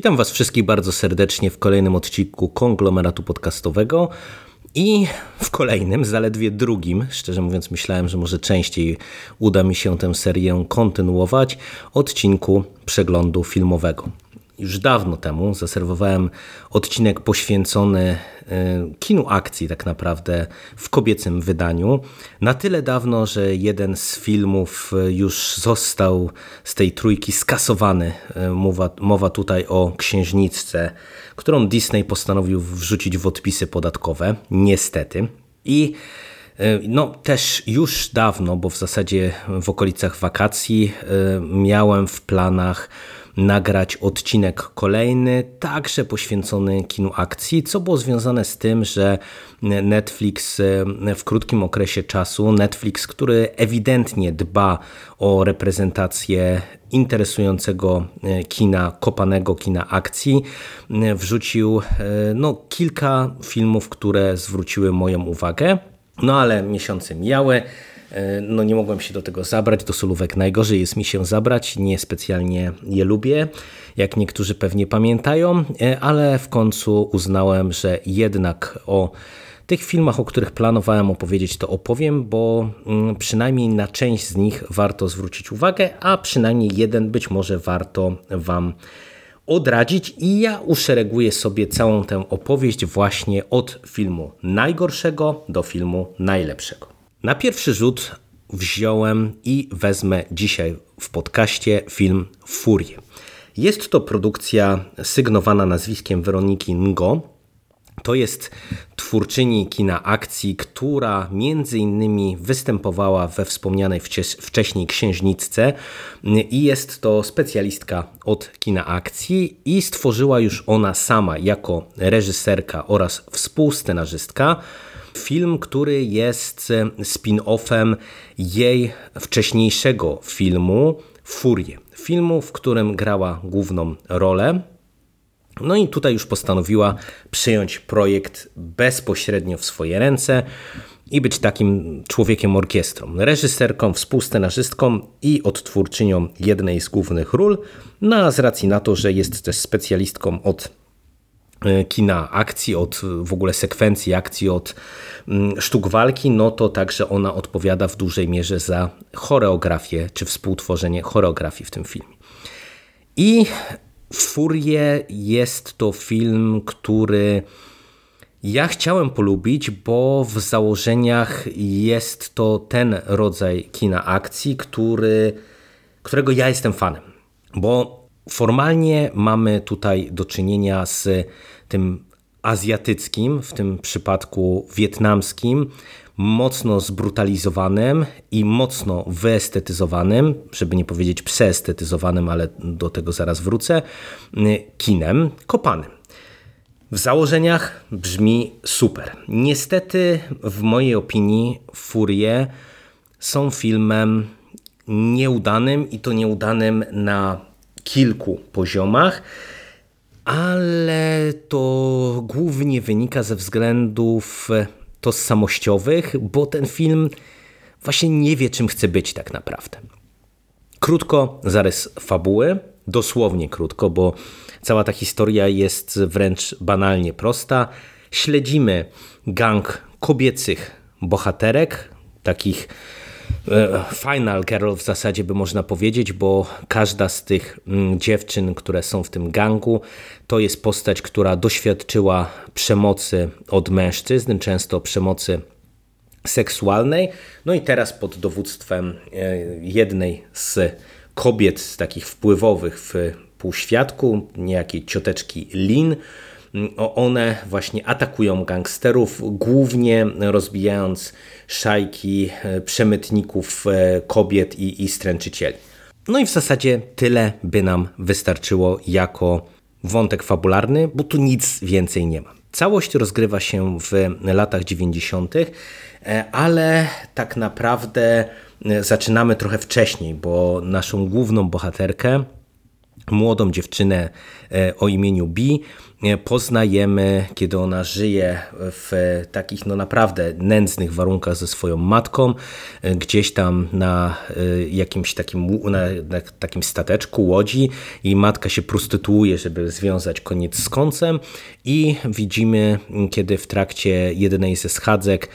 Witam Was wszystkich bardzo serdecznie w kolejnym odcinku Konglomeratu Podcastowego i w kolejnym, zaledwie drugim, szczerze mówiąc myślałem, że może częściej uda mi się tę serię kontynuować, odcinku przeglądu filmowego. Już dawno temu zaserwowałem odcinek poświęcony kinu akcji tak naprawdę w kobiecym wydaniu. Na tyle dawno, że jeden z filmów już został z tej trójki skasowany. Mowa tutaj o Księżniczce, którą Disney postanowił wrzucić w odpisy podatkowe. Niestety. I też już dawno, bo w zasadzie w okolicach wakacji miałem w planach nagrać odcinek kolejny, także poświęcony kinu akcji, co było związane z tym, że Netflix w krótkim okresie czasu, Netflix, który ewidentnie dba o reprezentację interesującego kina, kopanego kina akcji, wrzucił kilka filmów, które zwróciły moją uwagę, ale miesiące mijały. Nie mogłem się do tego zabrać, do solówek najgorzej jest mi się zabrać, niespecjalnie je lubię, jak niektórzy pewnie pamiętają, ale w końcu uznałem, że jednak o tych filmach, o których planowałem opowiedzieć, to opowiem, bo przynajmniej na część z nich warto zwrócić uwagę, a przynajmniej jeden być może warto Wam odradzić i ja uszereguję sobie całą tę opowieść właśnie od filmu najgorszego do filmu najlepszego. Na pierwszy rzut wziąłem i wezmę dzisiaj w podcaście film Furie. Jest to produkcja sygnowana nazwiskiem Weroniki Ngo. To jest twórczyni kina akcji, która między innymi występowała we wspomnianej wcześniej Księżniczce i jest to specjalistka od kina akcji i stworzyła już ona sama jako reżyserka oraz współscenarzystka film, który jest spin-offem jej wcześniejszego filmu Furie. Filmu, w którym grała główną rolę. I tutaj już postanowiła przyjąć projekt bezpośrednio w swoje ręce i być takim człowiekiem orkiestrą, reżyserką, współscenarzystką i odtwórczynią jednej z głównych ról, z racji na to, że jest też specjalistką od kina akcji, od w ogóle sekwencji akcji, od sztuk walki, to także ona odpowiada w dużej mierze za choreografię, czy współtworzenie choreografii w tym filmie. I Furie jest to film, który ja chciałem polubić, bo w założeniach jest to ten rodzaj kina akcji, którego ja jestem fanem, bo formalnie mamy tutaj do czynienia z tym azjatyckim, w tym przypadku wietnamskim, mocno zbrutalizowanym i mocno wyestetyzowanym, żeby nie powiedzieć przeestetyzowanym, ale do tego zaraz wrócę, kinem kopanym. W założeniach brzmi super. Niestety w mojej opinii Furie są filmem nieudanym i to nieudanym na kilku poziomach, ale to głównie wynika ze względów tożsamościowych, bo ten film właśnie nie wie, czym chce być tak naprawdę. Krótko zarys fabuły, dosłownie krótko, bo cała ta historia jest wręcz banalnie prosta. Śledzimy gang kobiecych bohaterek, takich final girl w zasadzie by można powiedzieć, bo każda z tych dziewczyn, które są w tym gangu, to jest postać, która doświadczyła przemocy od mężczyzn, często przemocy seksualnej. I teraz pod dowództwem jednej z kobiet z takich wpływowych w półświadku, niejakiej cioteczki Lin, one właśnie atakują gangsterów, głównie rozbijając szajki przemytników kobiet i stręczycieli. I w zasadzie tyle by nam wystarczyło jako wątek fabularny, bo tu nic więcej nie ma. Całość rozgrywa się w latach 90., ale tak naprawdę zaczynamy trochę wcześniej, bo naszą główną bohaterkę, młodą dziewczynę o imieniu Bee, poznajemy, kiedy ona żyje w takich naprawdę nędznych warunkach ze swoją matką, gdzieś tam na jakimś takim stateczku, łodzi, i matka się prostytuuje, żeby związać koniec z końcem, i widzimy, kiedy w trakcie jednej ze schadzek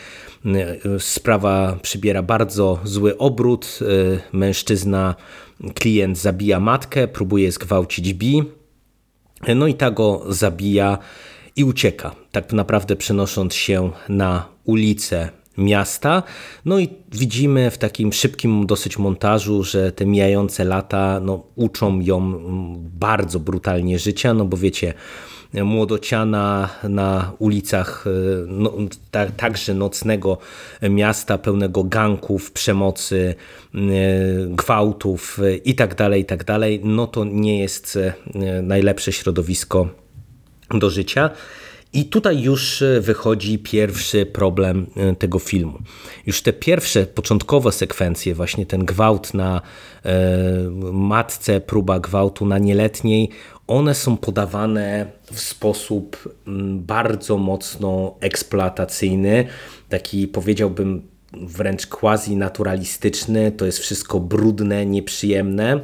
sprawa przybiera bardzo zły obrót. Mężczyzna, klient, zabija matkę, próbuje zgwałcić Bee, no i ta go zabija i ucieka, tak naprawdę przenosząc się na ulicę miasta. No i widzimy w takim szybkim dosyć montażu, że te mijające lata uczą ją bardzo brutalnie życia, bo wiecie, młodociana na ulicach także nocnego miasta, pełnego ganków, przemocy, gwałtów i tak dalej, to nie jest najlepsze środowisko do życia. I tutaj już wychodzi pierwszy problem tego filmu. Już te pierwsze, początkowe sekwencje, właśnie ten gwałt na matce, próba gwałtu na nieletniej, one są podawane w sposób bardzo mocno eksploatacyjny, taki, powiedziałbym, wręcz quasi-naturalistyczny. To jest wszystko brudne, nieprzyjemne.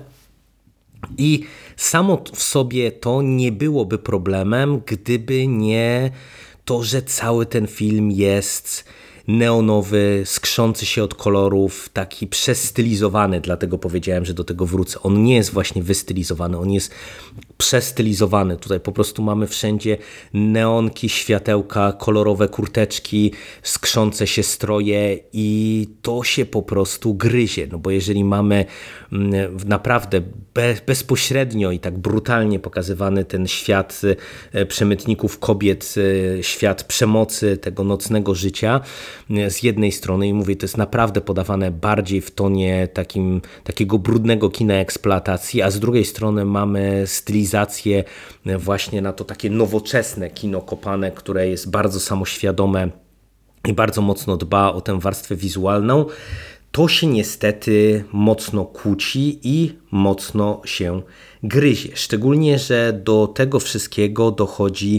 I samo w sobie to nie byłoby problemem, gdyby nie to, że cały ten film jest neonowy, skrzący się od kolorów, taki przestylizowany, dlatego powiedziałem, że do tego wrócę. On nie jest właśnie wystylizowany, on jest przestylizowany. Tutaj po prostu mamy wszędzie neonki, światełka, kolorowe kurteczki, skrzące się stroje i to się po prostu gryzie, bo jeżeli mamy naprawdę bezpośrednio i tak brutalnie pokazywany ten świat przemytników kobiet, świat przemocy, tego nocnego życia z jednej strony, i mówię, to jest naprawdę podawane bardziej w tonie takiego brudnego kina eksploatacji, a z drugiej strony mamy stylizację właśnie na to takie nowoczesne kino kopane, które jest bardzo samoświadome i bardzo mocno dba o tę warstwę wizualną. To się niestety mocno kłóci i mocno się gryzie. Szczególnie, że do tego wszystkiego dochodzi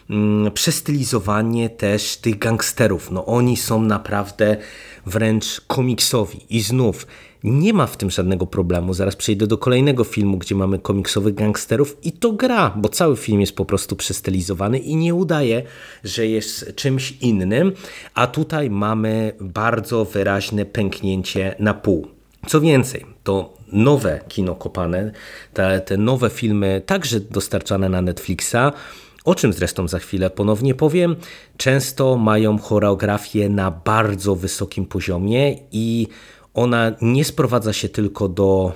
przestylizowanie też tych gangsterów. Oni są naprawdę wręcz komiksowi. I znów nie ma w tym żadnego problemu. Zaraz przejdę do kolejnego filmu, gdzie mamy komiksowych gangsterów i to gra, bo cały film jest po prostu przestylizowany i nie udaje, że jest czymś innym, a tutaj mamy bardzo wyraźne pęknięcie na pół. Co więcej, to nowe kino kopane, te nowe filmy, także dostarczane na Netflixa, o czym zresztą za chwilę ponownie powiem, często mają choreografię na bardzo wysokim poziomie i ona nie sprowadza się tylko do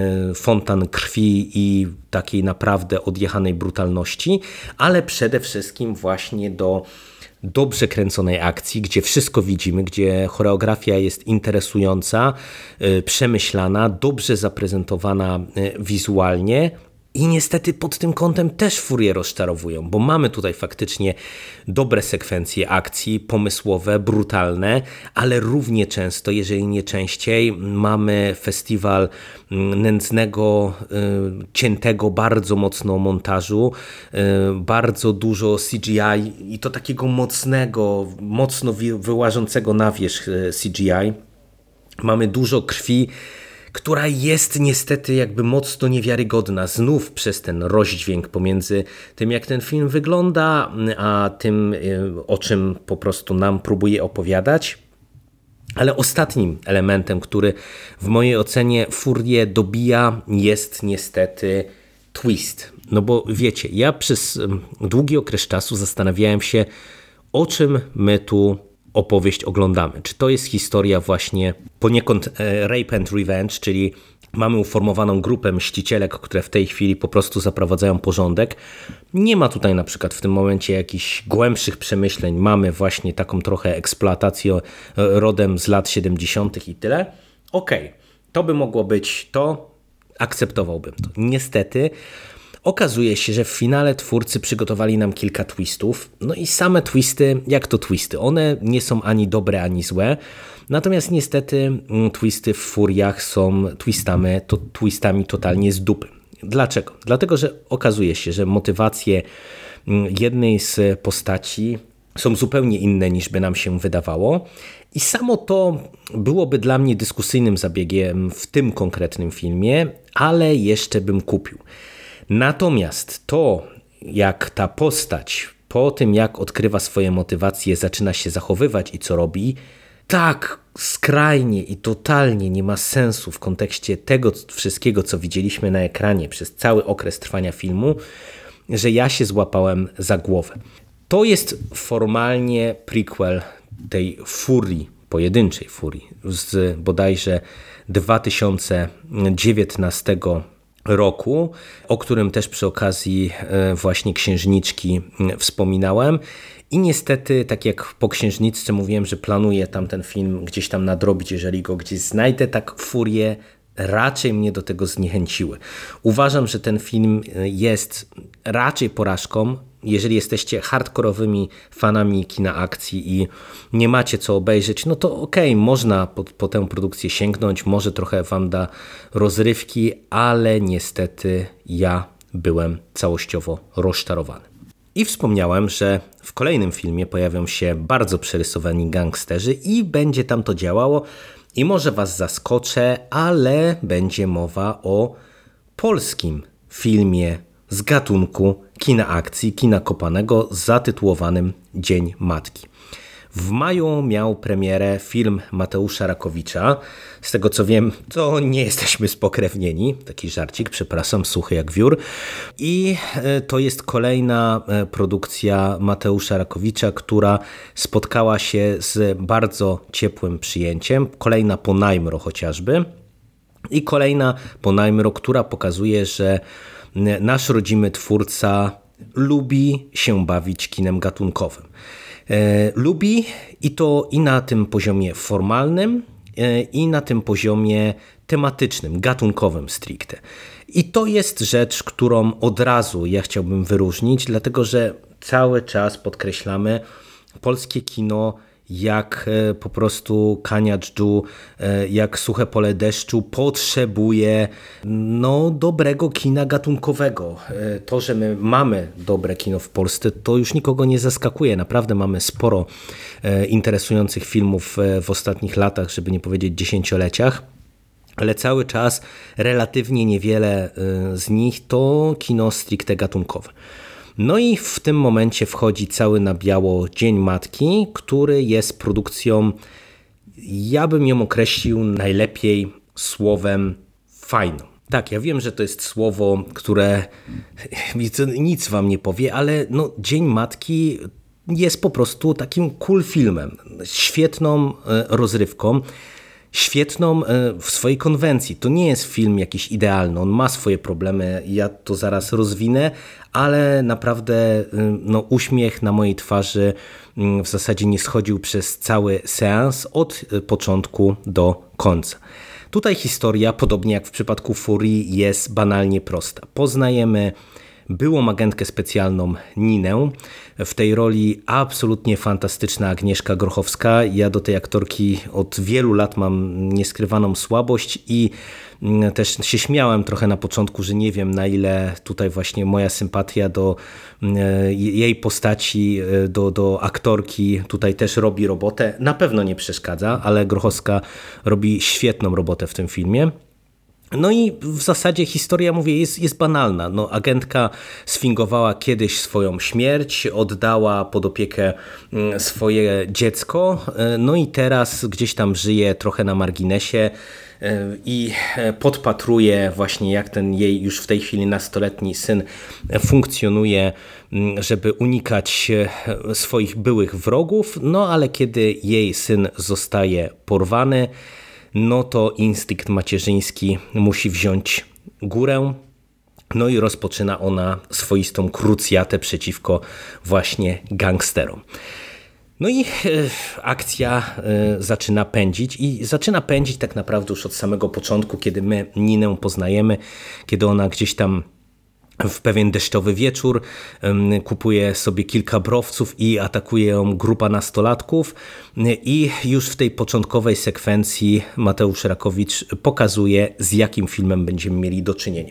fontan krwi i takiej naprawdę odjechanej brutalności, ale przede wszystkim właśnie do dobrze kręconej akcji, gdzie wszystko widzimy, gdzie choreografia jest interesująca, przemyślana, dobrze zaprezentowana wizualnie. I niestety pod tym kątem też furie rozczarowują, bo mamy tutaj faktycznie dobre sekwencje akcji, pomysłowe, brutalne, ale równie często, jeżeli nie częściej, mamy festiwal nędznego, ciętego bardzo mocno montażu, bardzo dużo CGI i to takiego mocnego, mocno wyłażącego na wierzch CGI. Mamy dużo krwi, która jest niestety jakby mocno niewiarygodna, znów przez ten rozdźwięk pomiędzy tym, jak ten film wygląda, a tym, o czym po prostu nam próbuje opowiadać. Ale ostatnim elementem, który w mojej ocenie furię dobija, jest niestety twist. Bo wiecie, ja przez długi okres czasu zastanawiałem się, o czym my tu opowieść oglądamy. Czy to jest historia właśnie poniekąd rape and revenge, czyli mamy uformowaną grupę mścicielek, które w tej chwili po prostu zaprowadzają porządek. Nie ma tutaj na przykład w tym momencie jakichś głębszych przemyśleń. Mamy właśnie taką trochę eksploatację rodem z lat 70. i tyle. Okej, to by mogło być to, akceptowałbym to. Niestety okazuje się, że w finale twórcy przygotowali nam kilka twistów. I same twisty, jak to twisty? One nie są ani dobre, ani złe. Natomiast niestety twisty w furiach są twistami totalnie z dupy. Dlaczego? Dlatego, że okazuje się, że motywacje jednej z postaci są zupełnie inne niż by nam się wydawało. I samo to byłoby dla mnie dyskusyjnym zabiegiem w tym konkretnym filmie, ale jeszcze bym kupił. Natomiast to, jak ta postać po tym, jak odkrywa swoje motywacje, zaczyna się zachowywać i co robi, tak skrajnie i totalnie nie ma sensu w kontekście tego wszystkiego, co widzieliśmy na ekranie przez cały okres trwania filmu, że ja się złapałem za głowę. To jest formalnie prequel tej furii, pojedynczej furii z bodajże 2019 roku, o którym też przy okazji właśnie Księżniczki wspominałem. I niestety, tak jak po Księżniczce mówiłem, że planuję tamten film gdzieś tam nadrobić, jeżeli go gdzieś znajdę, tak furie raczej mnie do tego zniechęciły. Uważam, że ten film jest raczej porażką. Jeżeli jesteście hardkorowymi fanami kina akcji i nie macie co obejrzeć, no to okej, można po tę produkcję sięgnąć, może trochę wam da rozrywki, ale niestety ja byłem całościowo rozczarowany. I wspomniałem, że w kolejnym filmie pojawią się bardzo przerysowani gangsterzy i będzie tam to działało. I może was zaskoczę, ale będzie mowa o polskim filmie z gatunku kina akcji, kina kopanego zatytułowanym Dzień Matki. W maju miał premierę film Mateusza Rakowicza. Z tego co wiem, to nie jesteśmy spokrewnieni. Taki żarcik, przepraszam, suchy jak wiór. I to jest kolejna produkcja Mateusza Rakowicza, która spotkała się z bardzo ciepłym przyjęciem. Kolejna po Najmro chociażby. I kolejna po Najmro, która pokazuje, że nasz rodzimy twórca lubi się bawić kinem gatunkowym. Lubi i to i na tym poziomie formalnym, i na tym poziomie tematycznym, gatunkowym stricte. I to jest rzecz, którą od razu ja chciałbym wyróżnić, dlatego że cały czas podkreślamy polskie kino jak po prostu kania dżdżu, jak suche pole deszczu potrzebuje dobrego kina gatunkowego. To, że my mamy dobre kino w Polsce, to już nikogo nie zaskakuje. Naprawdę mamy sporo interesujących filmów w ostatnich latach, żeby nie powiedzieć dziesięcioleciach. Ale cały czas relatywnie niewiele z nich to kino stricte gatunkowe. No i w tym momencie wchodzi cały na biało Dzień Matki, który jest produkcją, ja bym ją określił najlepiej słowem fajną. Tak, ja wiem, że to jest słowo, które nic wam nie powie, ale Dzień Matki jest po prostu takim cool filmem, świetną rozrywką, świetną w swojej konwencji. To nie jest film jakiś idealny, on ma swoje problemy, ja to zaraz rozwinę, ale naprawdę uśmiech na mojej twarzy w zasadzie nie schodził przez cały seans od początku do końca. Tutaj historia, podobnie jak w przypadku Furii, jest banalnie prosta. Poznajemy byłą agentkę specjalną Ninę. W tej roli absolutnie fantastyczna Agnieszka Grochowska. Ja do tej aktorki od wielu lat mam nieskrywaną słabość i też się śmiałem trochę na początku, że nie wiem na ile tutaj właśnie moja sympatia do jej postaci, do aktorki tutaj też robi robotę. Na pewno nie przeszkadza, ale Grochowska robi świetną robotę w tym filmie. No i w zasadzie historia, mówię, jest banalna. Agentka sfingowała kiedyś swoją śmierć, oddała pod opiekę swoje dziecko, i teraz gdzieś tam żyje trochę na marginesie i podpatruje właśnie, jak ten jej już w tej chwili nastoletni syn funkcjonuje, żeby unikać swoich byłych wrogów, ale kiedy jej syn zostaje porwany, to instynkt macierzyński musi wziąć górę. I rozpoczyna ona swoistą krucjatę przeciwko właśnie gangsterom. I akcja zaczyna pędzić i zaczyna pędzić tak naprawdę już od samego początku, kiedy my Ninę poznajemy, kiedy ona gdzieś tam w pewien deszczowy wieczór kupuje sobie kilka browców i atakuje ją grupa nastolatków i już w tej początkowej sekwencji Mateusz Rakowicz pokazuje, z jakim filmem będziemy mieli do czynienia.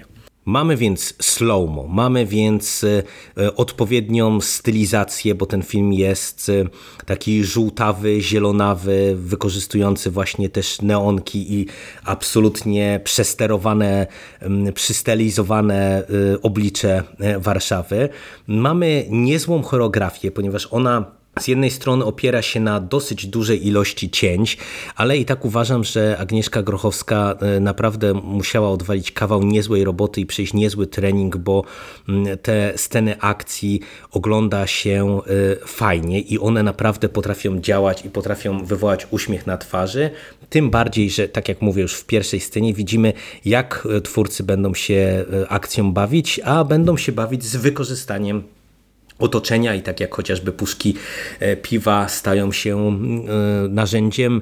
Mamy więc slow-mo, mamy więc odpowiednią stylizację, bo ten film jest taki żółtawy, zielonawy, wykorzystujący właśnie też neonki i absolutnie przesterowane, przystylizowane oblicze Warszawy. Mamy niezłą choreografię, ponieważ ona z jednej strony opiera się na dosyć dużej ilości cięć, ale i tak uważam, że Agnieszka Grochowska naprawdę musiała odwalić kawał niezłej roboty i przejść niezły trening, bo te sceny akcji ogląda się fajnie i one naprawdę potrafią działać i potrafią wywołać uśmiech na twarzy. Tym bardziej, że tak jak mówię już w pierwszej scenie widzimy, jak twórcy będą się akcją bawić, a będą się bawić z wykorzystaniem otoczenia i tak jak chociażby puszki piwa stają się narzędziem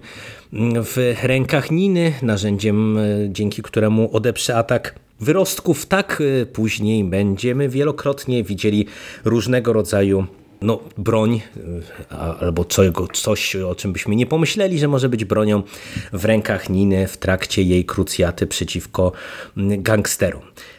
w rękach Niny, narzędziem, dzięki któremu odeprze atak wyrostków, tak później będziemy wielokrotnie widzieli różnego rodzaju broń albo coś, o czym byśmy nie pomyśleli, że może być bronią w rękach Niny w trakcie jej krucjaty przeciwko gangsterom.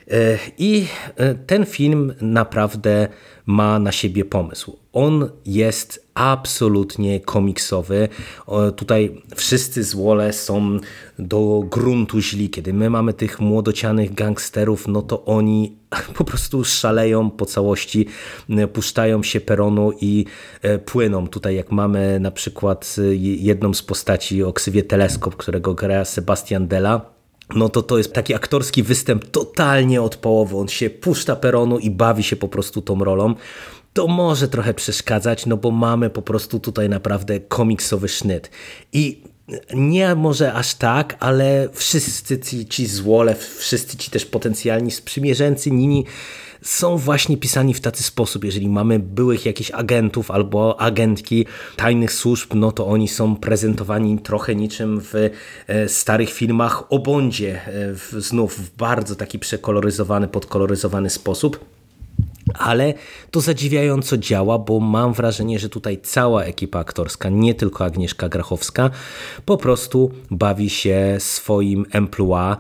I ten film naprawdę ma na siebie pomysł. On jest absolutnie komiksowy. Tutaj wszyscy złole są do gruntu źli. Kiedy my mamy tych młodocianych gangsterów, no to oni po prostu szaleją po całości, puszczają się peronu i płyną. Tutaj jak mamy na przykład jedną z postaci o ksywie Teleskop, którego gra Sebastian Della, no to jest taki aktorski występ totalnie odpałowy. On się puszcza peronu i bawi się po prostu tą rolą. To może trochę przeszkadzać, no bo mamy po prostu tutaj naprawdę komiksowy sznyt. I nie może aż tak, ale wszyscy ci złole, wszyscy ci też potencjalni sprzymierzeńcy Nini są właśnie pisani w taki sposób. Jeżeli mamy byłych jakichś agentów albo agentki tajnych służb, no to oni są prezentowani trochę niczym w starych filmach o Bondzie, znów w bardzo taki przekoloryzowany, podkoloryzowany sposób. Ale to zadziwiająco działa, bo mam wrażenie, że tutaj cała ekipa aktorska, nie tylko Agnieszka Grochowska, po prostu bawi się swoim emploi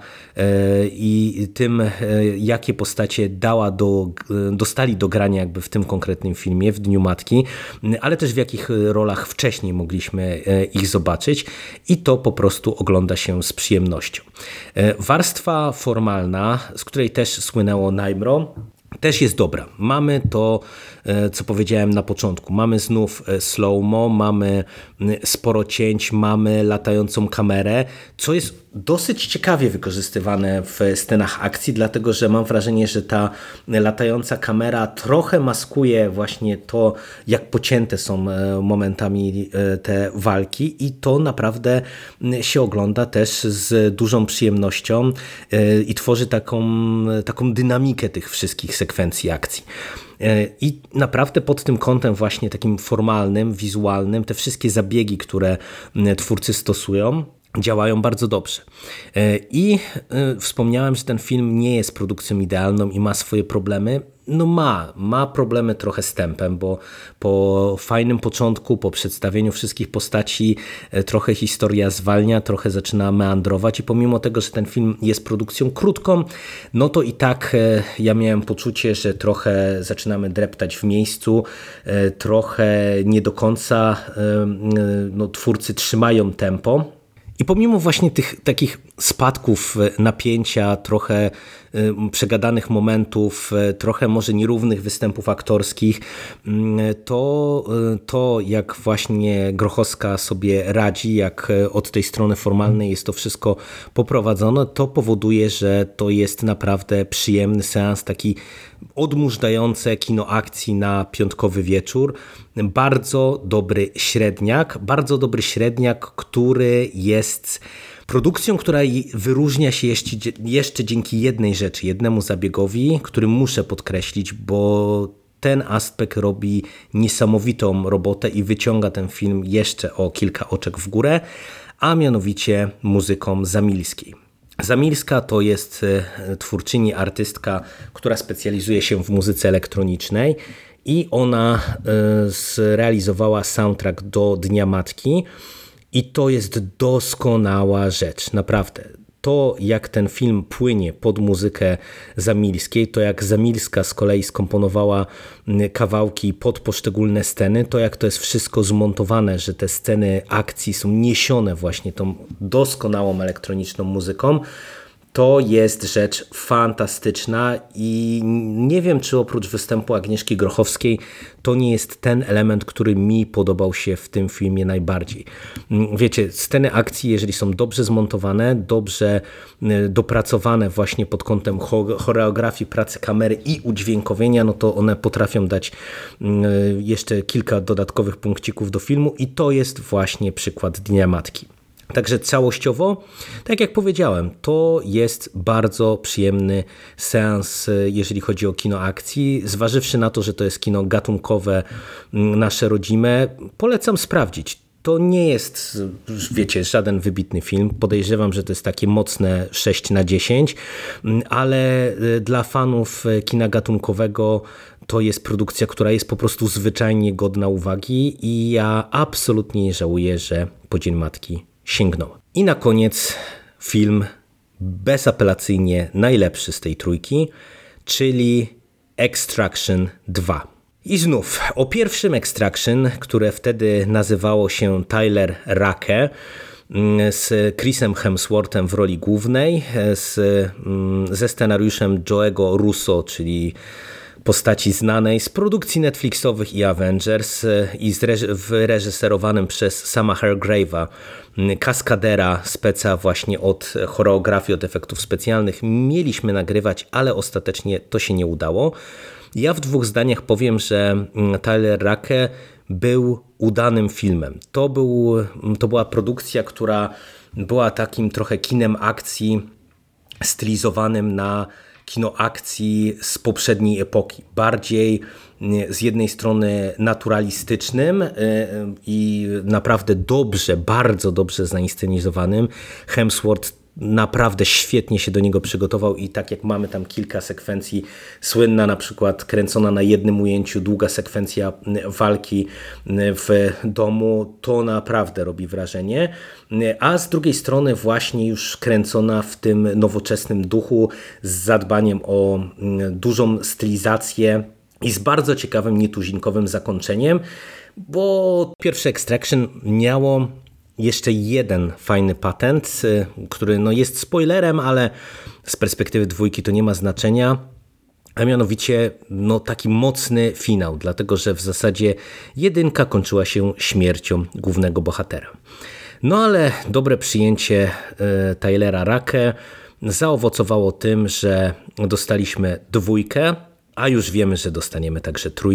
i tym, jakie postacie dostali do grania jakby w tym konkretnym filmie, w Dniu Matki, ale też w jakich rolach wcześniej mogliśmy ich zobaczyć i to po prostu ogląda się z przyjemnością. Warstwa formalna, z której też słynęło Najmro, też jest dobra. Mamy to, co powiedziałem na początku. Mamy znów slow-mo, mamy sporo cięć, mamy latającą kamerę, co jest dosyć ciekawie wykorzystywane w scenach akcji, dlatego że mam wrażenie, że ta latająca kamera trochę maskuje właśnie to, jak pocięte są momentami te walki i to naprawdę się ogląda też z dużą przyjemnością i tworzy taką dynamikę tych wszystkich sekwencji akcji. I naprawdę pod tym kątem właśnie takim formalnym, wizualnym, te wszystkie zabiegi, które twórcy stosują, działają bardzo dobrze. I wspomniałem, że ten film nie jest produkcją idealną i ma swoje problemy. No ma problemy trochę z tempem, bo po fajnym początku, po przedstawieniu wszystkich postaci trochę historia zwalnia, trochę zaczyna meandrować i pomimo tego, że ten film jest produkcją krótką, no to i tak ja miałem poczucie, że trochę zaczynamy dreptać w miejscu, trochę nie do końca twórcy trzymają tempo. I pomimo właśnie tych takich spadków napięcia, trochę przegadanych momentów, trochę może nierównych występów aktorskich, to jak właśnie Grochowska sobie radzi, jak od tej strony formalnej jest to wszystko poprowadzone, to powoduje, że to jest naprawdę przyjemny seans, taki odmurzające kino akcji na piątkowy wieczór. Bardzo dobry średniak, który jest produkcją, która wyróżnia się jeszcze dzięki jednej rzeczy, jednemu zabiegowi, który muszę podkreślić, bo ten aspekt robi niesamowitą robotę i wyciąga ten film jeszcze o kilka oczek w górę, a mianowicie muzyką Zamilskiej. Zamilska to jest twórczyni, artystka, która specjalizuje się w muzyce elektronicznej i ona zrealizowała soundtrack do Dnia Matki i to jest doskonała rzecz, naprawdę. to jak ten film płynie pod muzykę Zamilskiej, to jak Zamilska z kolei skomponowała kawałki pod poszczególne sceny, to jak to jest wszystko zmontowane, że te sceny akcji są niesione właśnie tą doskonałą elektroniczną muzyką, to jest rzecz fantastyczna i nie wiem, czy oprócz występu Agnieszki Grochowskiej to nie jest ten element, który mi podobał się w tym filmie najbardziej. Wiecie, sceny akcji, jeżeli są dobrze zmontowane, dobrze dopracowane właśnie pod kątem choreografii, pracy kamery i udźwiękowienia, no to one potrafią dać jeszcze kilka dodatkowych punkcików do filmu i to jest właśnie przykład Dnia Matki. Także całościowo, tak jak powiedziałem, to jest bardzo przyjemny seans, jeżeli chodzi o kino akcji. Zważywszy na to, że to jest kino gatunkowe, nasze rodzime, polecam sprawdzić. To nie jest, wiecie, żaden wybitny film. Podejrzewam, że to jest takie mocne 6/10, ale dla fanów kina gatunkowego to jest produkcja, która jest po prostu zwyczajnie godna uwagi i ja absolutnie nie żałuję, że po Dzień Matki sięgnąłem. I na koniec film bezapelacyjnie najlepszy z tej trójki, czyli Extraction 2. I znów o pierwszym Extraction, które wtedy nazywało się Tyler Rake, z Chrisem Hemsworthem w roli głównej, ze scenariuszem Joe'ego Russo, czyli postaci znanej z produkcji Netflixowych i Avengers i wyreżyserowanym przez Sama Hargrave'a, kaskadera, speca właśnie od choreografii, od efektów specjalnych, mieliśmy nagrywać, ale ostatecznie to się nie udało. Ja w 2 zdaniach powiem, że Tyler Rake był udanym filmem. To była produkcja, która była takim trochę kinem akcji stylizowanym na kino akcji z poprzedniej epoki. Bardziej z jednej strony naturalistycznym i naprawdę dobrze, bardzo dobrze zainscenizowanym. Hemsworth naprawdę świetnie się do niego przygotował i tak jak mamy tam kilka sekwencji, słynna na przykład kręcona na jednym ujęciu, długa sekwencja walki w domu, to naprawdę robi wrażenie, a z drugiej strony właśnie już kręcona w tym nowoczesnym duchu z zadbaniem o dużą stylizację i z bardzo ciekawym, nietuzinkowym zakończeniem, bo pierwsze Extraction miało jeszcze jeden fajny patent, który no jest spoilerem, ale z perspektywy 2 to nie ma znaczenia, a mianowicie no taki mocny finał, dlatego że w zasadzie 1 kończyła się śmiercią głównego bohatera. No ale dobre przyjęcie Tylera Rake zaowocowało tym, że dostaliśmy 2, a już wiemy, że dostaniemy także 3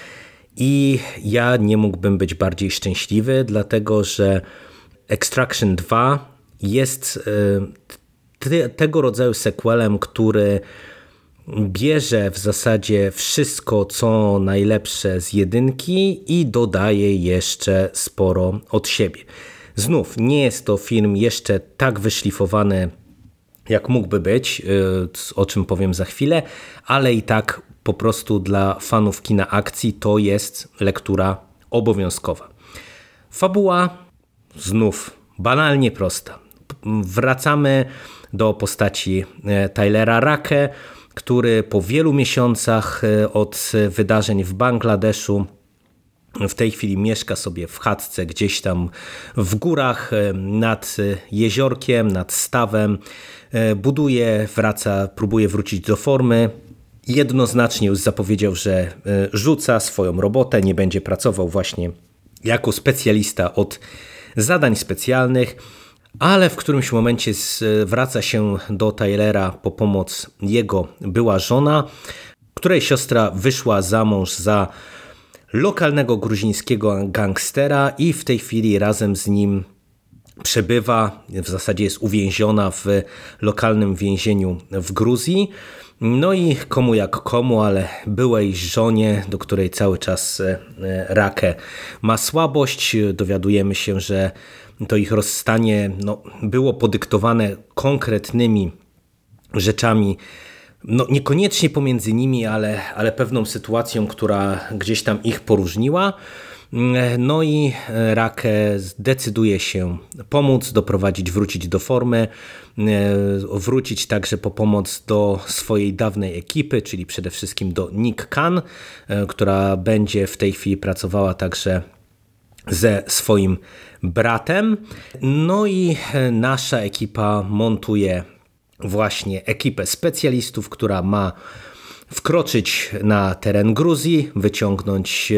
i ja nie mógłbym być bardziej szczęśliwy, dlatego że Extraction 2 jest tego rodzaju sequelem, który bierze w zasadzie wszystko, co najlepsze z 1 i dodaje jeszcze sporo od siebie. Znów nie jest to film jeszcze tak wyszlifowany, jak mógłby być, o czym powiem za chwilę, ale i tak po prostu dla fanów kina akcji to jest lektura obowiązkowa. Fabuła znów banalnie prosta. Wracamy do postaci Tylera Rake, który po wielu miesiącach od wydarzeń w Bangladeszu w tej chwili mieszka sobie w chatce gdzieś tam w górach nad jeziorkiem, nad stawem. Buduje, wraca, próbuje wrócić do formy. Jednoznacznie już zapowiedział, że rzuca swoją robotę, nie będzie pracował właśnie jako specjalista od zadań specjalnych, ale w którymś momencie zwraca się do Tylera po pomoc jego była żona, której siostra wyszła za mąż za lokalnego gruzińskiego gangstera i w tej chwili razem z nim przebywa, w zasadzie jest uwięziona w lokalnym więzieniu w Gruzji. No i komu jak komu, ale byłej żonie, do której cały czas Rake ma słabość. Dowiadujemy się, że to ich rozstanie było podyktowane konkretnymi rzeczami, niekoniecznie pomiędzy nimi, ale pewną sytuacją, która gdzieś tam ich poróżniła. No i Rake decyduje się pomóc, doprowadzić, wrócić do formy, wrócić także po pomoc do swojej dawnej ekipy, czyli przede wszystkim do Nick Khan, która będzie w tej chwili pracowała także ze swoim bratem. No i nasza ekipa montuje właśnie ekipę specjalistów, która ma wkroczyć na teren Gruzji, wyciągnąć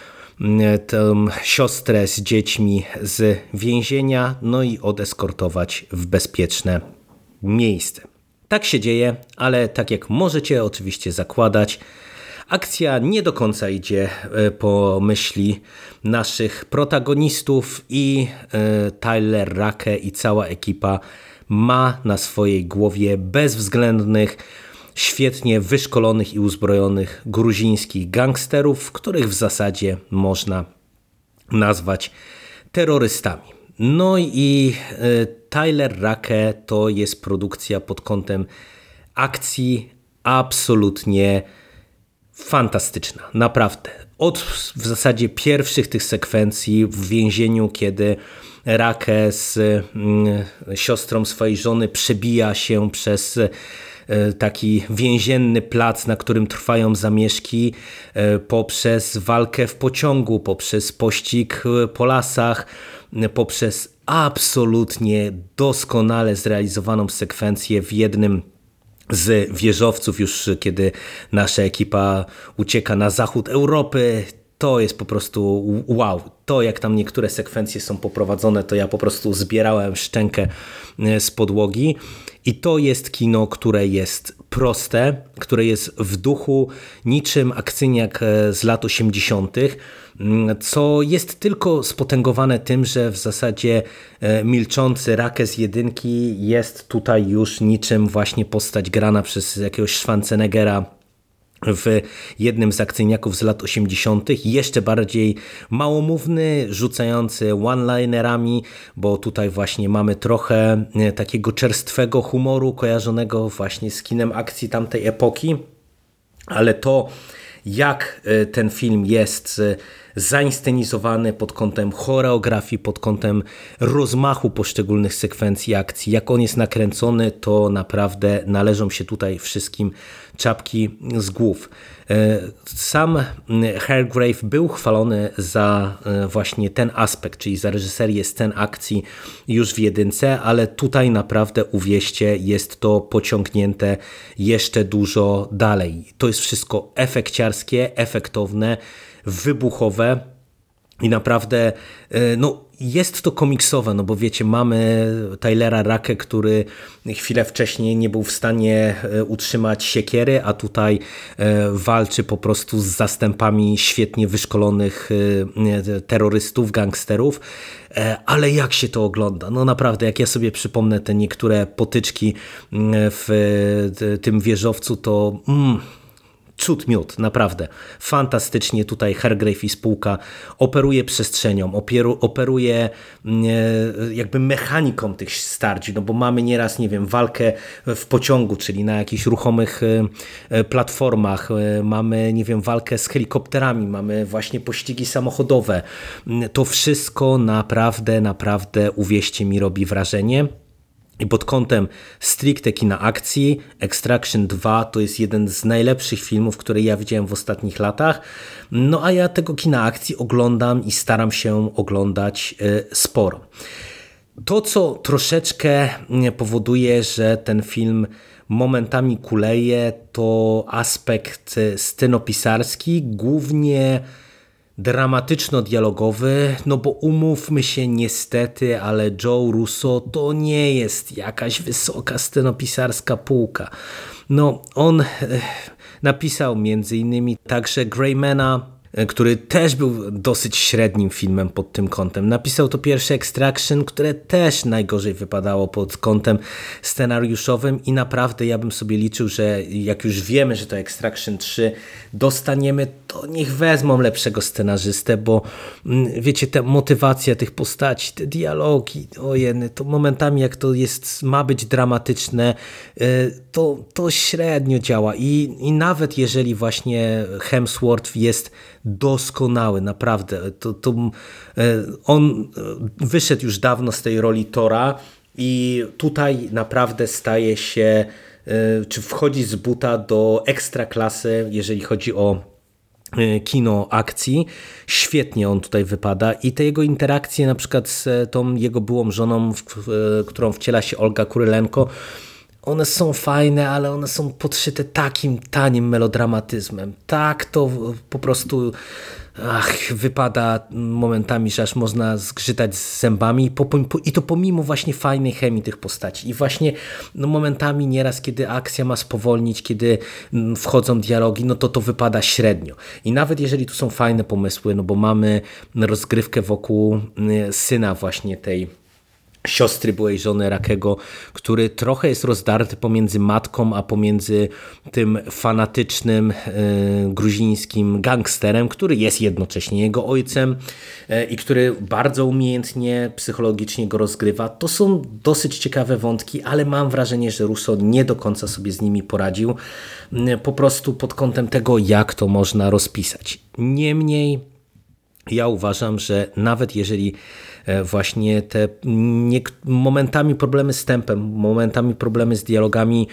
tę siostrę z dziećmi z więzienia, no i odeskortować w bezpieczne miejsce. Tak się dzieje, ale tak jak możecie oczywiście zakładać, akcja nie do końca idzie po myśli naszych protagonistów i Tyler Rake i cała ekipa ma na swojej głowie bezwzględnych, świetnie wyszkolonych i uzbrojonych gruzińskich gangsterów, których w zasadzie można nazwać terrorystami. No i Tyler Rake to jest produkcja pod kątem akcji absolutnie fantastyczna, naprawdę. Od w zasadzie pierwszych tych sekwencji w więzieniu, kiedy Rake z siostrą swojej żony przebija się przez taki więzienny plac, na którym trwają zamieszki, poprzez walkę w pociągu, poprzez pościg po lasach, poprzez absolutnie doskonale zrealizowaną sekwencję w jednym z wieżowców, już kiedy nasza ekipa ucieka na zachód Europy. To jest po prostu wow. To jak tam niektóre sekwencje są poprowadzone, to ja po prostu zbierałem szczękę z podłogi. I to jest kino, które jest proste, które jest w duchu niczym akcyjniak z lat 80., co jest tylko spotęgowane tym, że w zasadzie milczący Rake z jedynki jest tutaj już niczym właśnie postać grana przez jakiegoś Schwarzeneggera w jednym z akcyjniaków z lat 80., jeszcze bardziej małomówny, rzucający one-linerami, bo tutaj właśnie mamy trochę takiego czerstwego humoru kojarzonego właśnie z kinem akcji tamtej epoki, ale to jak ten film jest zainscenizowany pod kątem choreografii, pod kątem rozmachu poszczególnych sekwencji akcji, jak on jest nakręcony, to naprawdę należą się tutaj wszystkim czapki z głów. Sam Hargrave był chwalony za właśnie ten aspekt, czyli za reżyserię scen akcji już w jedynce, ale tutaj naprawdę, uwierzcie, jest to pociągnięte jeszcze dużo dalej. To jest wszystko efekciarskie, efektowne, wybuchowe i naprawdę no, jest to komiksowe, no bo wiecie, mamy Tylera Rake, który chwilę wcześniej nie był w stanie utrzymać siekiery, a tutaj walczy po prostu z zastępami świetnie wyszkolonych terrorystów, gangsterów, ale jak się to ogląda? No naprawdę, jak ja sobie przypomnę te niektóre potyczki w tym wieżowcu, to cud miód, naprawdę. Fantastycznie tutaj Hargrave i spółka operuje przestrzenią, operuje jakby mechaniką tych starć, no bo mamy nieraz, nie wiem, walkę w pociągu, czyli na jakichś ruchomych platformach, mamy, nie wiem, walkę z helikopterami, mamy właśnie pościgi samochodowe. To wszystko naprawdę, uwierzcie mi, robi wrażenie. I pod kątem stricte kina akcji, Extraction 2 to jest jeden z najlepszych filmów, które ja widziałem w ostatnich latach. No a ja tego kina akcji oglądam i staram się oglądać sporo. To, co troszeczkę powoduje, że ten film momentami kuleje, to aspekt scenopisarski, głównie dramatyczno-dialogowy, no bo umówmy się niestety, ale Joe Russo to nie jest jakaś wysoka scenopisarska półka. No on napisał między innymi także Greymana, który też był dosyć średnim filmem pod tym kątem. Napisał to pierwsze Extraction, które też najgorzej wypadało pod kątem scenariuszowym i naprawdę ja bym sobie liczył, że jak już wiemy, że to Extraction 3 dostaniemy, to niech wezmą lepszego scenarzystę, bo wiecie, ta motywacja tych postaci, te dialogi, ojeny, to momentami jak to jest, ma być dramatyczne, to średnio działa i nawet jeżeli właśnie Hemsworth jest doskonały, naprawdę. On wyszedł już dawno z tej roli Tora i tutaj naprawdę staje się, czy wchodzi z buta do ekstraklasy, jeżeli chodzi o kino akcji. Świetnie on tutaj wypada i te jego interakcje na przykład z tą jego byłą żoną, którą wciela się Olga Kurylenko, one są fajne, ale one są podszyte takim tanim melodramatyzmem. Tak to po prostu wypada momentami, że aż można zgrzytać z zębami i to pomimo właśnie fajnej chemii tych postaci. I właśnie momentami nieraz, kiedy akcja ma spowolnić, kiedy wchodzą dialogi, no to wypada średnio. I nawet jeżeli tu są fajne pomysły, no bo mamy rozgrywkę wokół syna właśnie tej siostry byłej żony Rakego, który trochę jest rozdarty pomiędzy matką, a pomiędzy tym fanatycznym gruzińskim gangsterem, który jest jednocześnie jego ojcem i który bardzo umiejętnie psychologicznie go rozgrywa. To są dosyć ciekawe wątki, ale mam wrażenie, że Russo nie do końca sobie z nimi poradził, po prostu pod kątem tego, jak to można rozpisać. Niemniej ja uważam, że nawet jeżeli właśnie te momentami problemy z tempem, momentami problemy z dialogami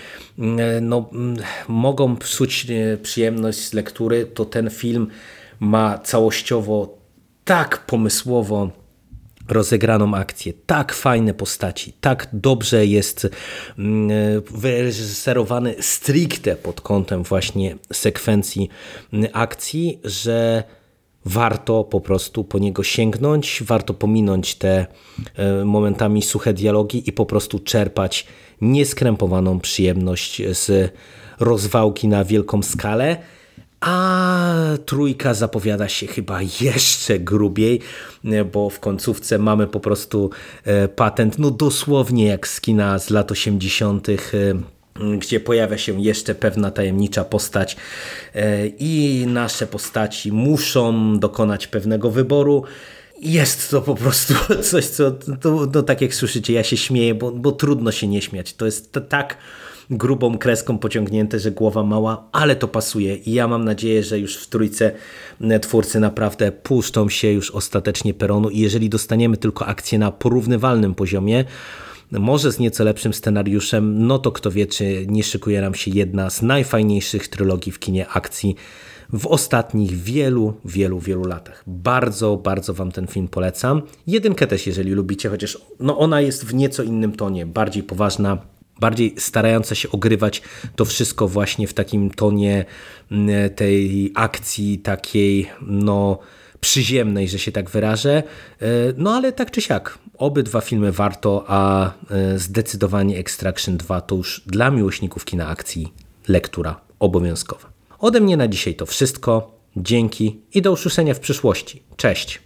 mogą psuć przyjemność z lektury, to ten film ma całościowo tak pomysłowo rozegraną akcję, tak fajne postaci, tak dobrze jest wyreżyserowany stricte pod kątem właśnie sekwencji akcji, że warto po prostu po niego sięgnąć, warto pominąć te momentami suche dialogi i po prostu czerpać nieskrępowaną przyjemność z rozwałki na wielką skalę, a trójka zapowiada się chyba jeszcze grubiej, bo w końcówce mamy po prostu patent, no dosłownie jak z kina z lat 80., gdzie pojawia się jeszcze pewna tajemnicza postać i nasze postaci muszą dokonać pewnego wyboru. Jest to po prostu coś, co tak jak słyszycie, ja się śmieję, bo trudno się nie śmiać. To jest tak grubą kreską pociągnięte, że głowa mała, ale to pasuje i ja mam nadzieję, że już w trójce twórcy naprawdę puszczą się już ostatecznie peronu i jeżeli dostaniemy tylko akcję na porównywalnym poziomie, może z nieco lepszym scenariuszem, no to kto wie, czy nie szykuje nam się jedna z najfajniejszych trylogii w kinie akcji w ostatnich wielu latach. Bardzo, bardzo wam ten film polecam. Jedynkę też, jeżeli lubicie, chociaż ona jest w nieco innym tonie, bardziej poważna, bardziej starająca się ogrywać to wszystko właśnie w takim tonie tej akcji takiej, przyziemnej, że się tak wyrażę. No ale tak czy siak, obydwa filmy warto, a zdecydowanie Extraction 2 to już dla miłośników kina akcji lektura obowiązkowa. Ode mnie na dzisiaj to wszystko. Dzięki i do usłyszenia w przyszłości. Cześć!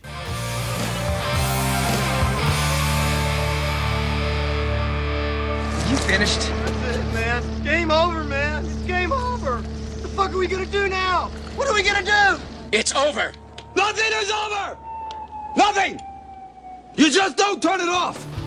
You finished? That's it, man. Game over, man. It's game over. What the fuck are we gonna do now? What are we gonna do? It's over. Nothing is over! Nothing! You just don't turn it off!